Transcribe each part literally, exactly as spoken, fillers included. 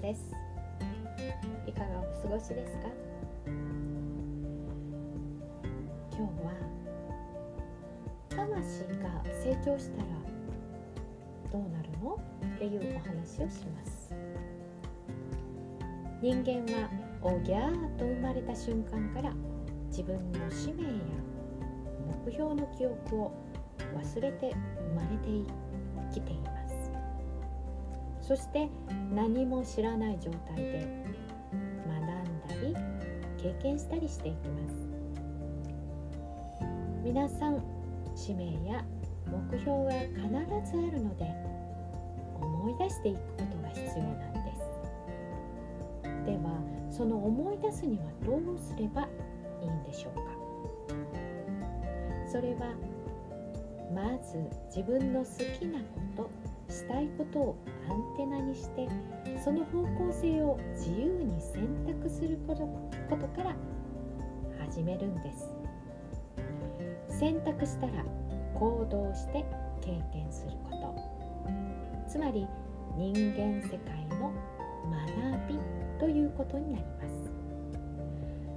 です。いかがお過ごしですか？今日は魂が成長したらどうなるのっていうお話をします。人間はおぎゃーと生まれた瞬間から自分の使命や目標の記憶を忘れて生まれてきています。そして何も知らない状態で学んだり経験したりしていきます。皆さん、使命や目標が必ずあるので思い出していくことが必要なんです。では、その思い出すにはどうすればいいんでしょうか？それはまず自分の好きなこと、したいことをアンテナにして、その方向性を自由に選択することことから始めるんです。選択したら行動して経験すること、つまり人間世界の学びということになります。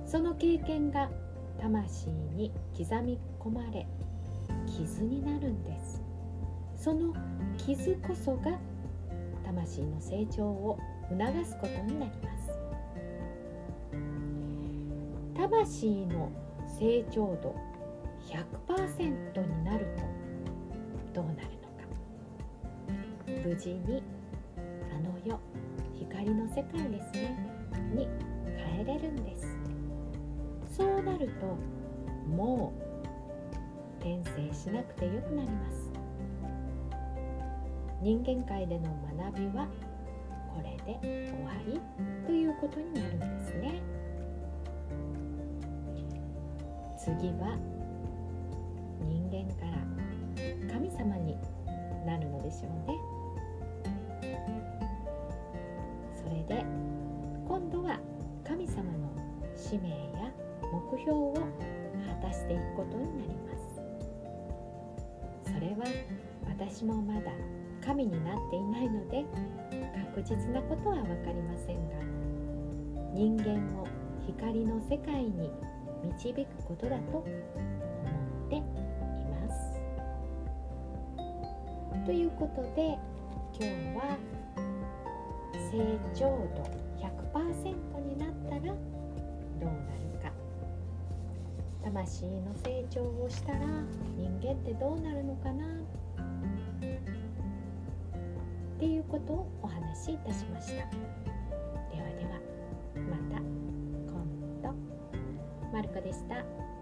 その経験が魂に刻み込まれ、傷になるんです。その傷こそが魂の成長を促すことになります。魂の成長度 ひゃくパーセント になるとどうなるのか。無事にあの世、光の世界ですねに帰れるんです。そうなるともう転生しなくてよくなります。人間界での学びはこれで終わりということになるんですね。次は人間から神様になるのでしょうね。それで今度は神様の使命や目標を果たしていくことになります。それは私もまだ神になっていないので確実なことは分かりませんが、人間を光の世界に導くことだと思っています。ということで今日は成長度 ひゃくパーセント になったらどうなるか、魂の成長をしたら人間ってどうなるのかなっていうことをお話しいたしました。ではでは、また今度。まるこでした。